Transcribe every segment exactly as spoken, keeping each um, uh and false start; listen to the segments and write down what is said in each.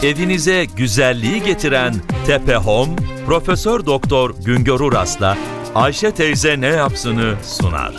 Evinize güzelliği getiren Tepe Home, Profesör Doktor Güngör Uras'la Ayşe teyze ne yapsını sunar.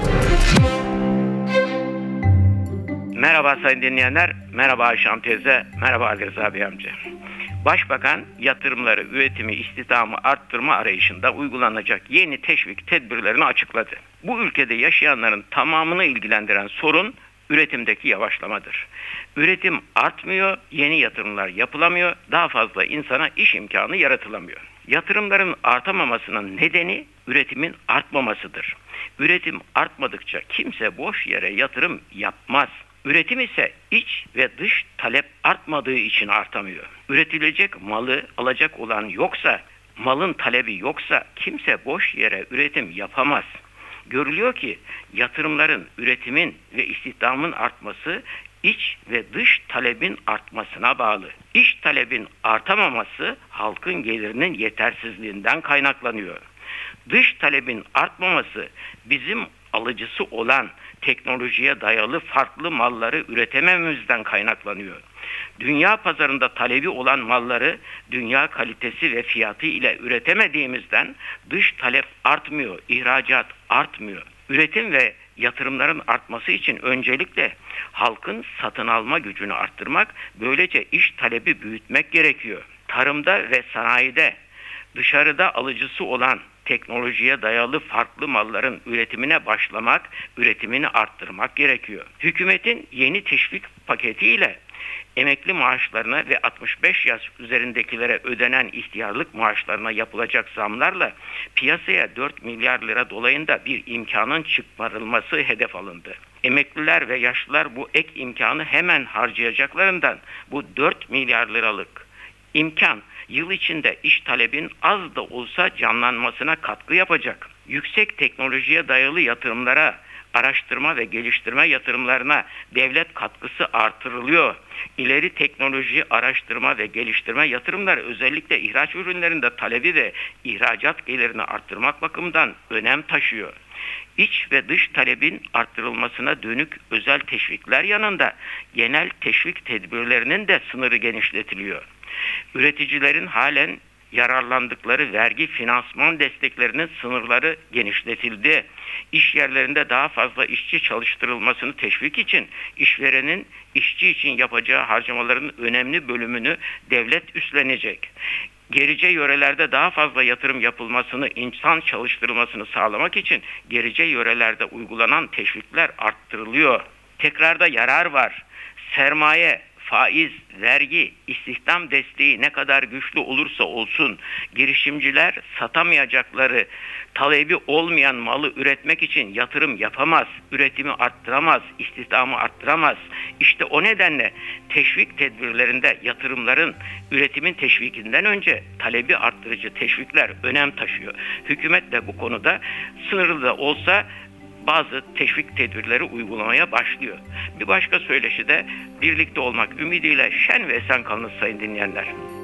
Merhaba sayın dinleyenler, merhaba Ayşe teyze, merhaba Ali Rıza Bey amca. Başbakan yatırımları, üretimi, istihdamı arttırma arayışında uygulanacak yeni teşvik tedbirlerini açıkladı. Bu ülkede yaşayanların tamamını ilgilendiren sorun üretimdeki yavaşlamadır. Üretim artmıyor, yeni yatırımlar yapılamıyor, daha fazla insana iş imkanı yaratılamıyor. Yatırımların artamamasının nedeni üretimin artmamasıdır. Üretim artmadıkça kimse boş yere yatırım yapmaz. Üretim ise iç ve dış talep artmadığı için artamıyor. Üretilecek malı alacak olan yoksa, malın talebi yoksa kimse boş yere üretim yapamaz. Görülüyor ki yatırımların, üretimin ve istihdamın artması iç ve dış talebin artmasına bağlı. İç talebin artamaması halkın gelirinin yetersizliğinden kaynaklanıyor. Dış talebin artmaması bizim alıcısı olan teknolojiye dayalı farklı malları üretemememizden kaynaklanıyor. Dünya pazarında talebi olan malları dünya kalitesi ve fiyatı ile üretemediğimizden dış talep artmıyor, ihracat artmıyor. Üretim ve yatırımların artması için öncelikle halkın satın alma gücünü arttırmak, böylece iş talebi büyütmek gerekiyor. Tarımda ve sanayide dışarıda alıcısı olan teknolojiye dayalı farklı malların üretimine başlamak, üretimini arttırmak gerekiyor. Hükümetin yeni teşvik paketiyle emekli maaşlarına ve altmış beş yaş üzerindekilere ödenen ihtiyarlık maaşlarına yapılacak zamlarla piyasaya dört milyar lira dolayında bir imkanın çıkarılması hedef alındı. Emekliler ve yaşlılar bu ek imkanı hemen harcayacaklarından bu dört milyar liralık imkan yıl içinde iş talebin az da olsa canlanmasına katkı yapacak. Yüksek teknolojiye dayalı yatırımlara, araştırma ve geliştirme yatırımlarına devlet katkısı artırılıyor. İleri teknoloji, araştırma ve geliştirme yatırımları özellikle ihraç ürünlerinde talebi ve ihracat gelirini arttırmak bakımından önem taşıyor. İç ve dış talebin arttırılmasına dönük özel teşvikler yanında genel teşvik tedbirlerinin de sınırı genişletiliyor. Üreticilerin halen yararlandıkları vergi finansman desteklerinin sınırları genişletildi. İş yerlerinde daha fazla işçi çalıştırılmasını teşvik için işverenin işçi için yapacağı harcamaların önemli bölümünü devlet üstlenecek. Gerice yörelerde daha fazla yatırım yapılmasını, insan çalıştırılmasını sağlamak için gerice yörelerde uygulanan teşvikler arttırılıyor. Tekrarda yarar var. Sermaye, faiz, vergi, istihdam desteği ne kadar güçlü olursa olsun girişimciler satamayacakları, talebi olmayan malı üretmek için yatırım yapamaz, üretimi arttıramaz, istihdamı arttıramaz. İşte o nedenle teşvik tedbirlerinde yatırımların, üretimin teşvikinden önce talebi arttırıcı teşvikler önem taşıyor. Hükümet de bu konuda sınırlı da olsa bazı teşvik tedbirleri uygulamaya başlıyor. Bir başka söyleşi de birlikte olmak ümidiyle şen ve esen kalınız sayın dinleyenler.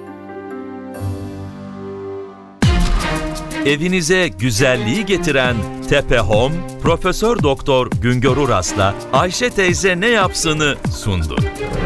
Evinize güzelliği getiren Tepe Home, Profesör Doktor Güngör Uras'la Ayşe teyze ne yapsını sundu.